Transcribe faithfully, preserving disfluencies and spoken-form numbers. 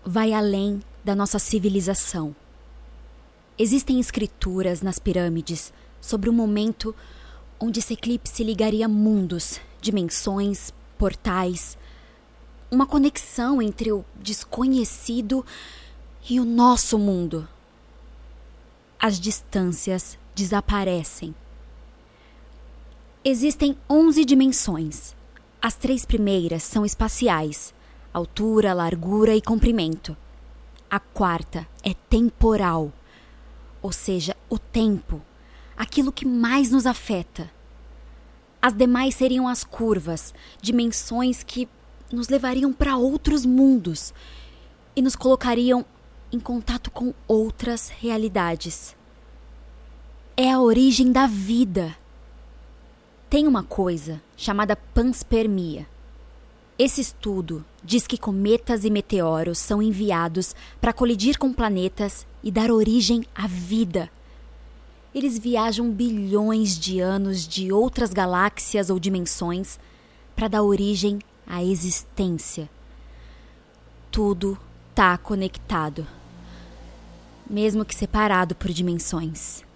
vai além da nossa civilização. Existem escrituras nas pirâmides sobre um momento onde esse eclipse ligaria mundos, dimensões, portais, uma conexão entre o desconhecido e o nosso mundo. As distâncias desaparecem. Existem onze dimensões. As três primeiras são espaciais: altura, largura e comprimento. A quarta é temporal, ou seja, o tempo, aquilo que mais nos afeta. As demais seriam as curvas, dimensões que nos levariam para outros mundos e nos colocariam em contato com outras realidades. É a origem da vida. Tem uma coisa chamada panspermia. Esse estudo diz que cometas e meteoros são enviados para colidir com planetas e dar origem à vida. Eles viajam bilhões de anos de outras galáxias ou dimensões para dar origem à existência. Tudo está conectado, mesmo que separado por dimensões.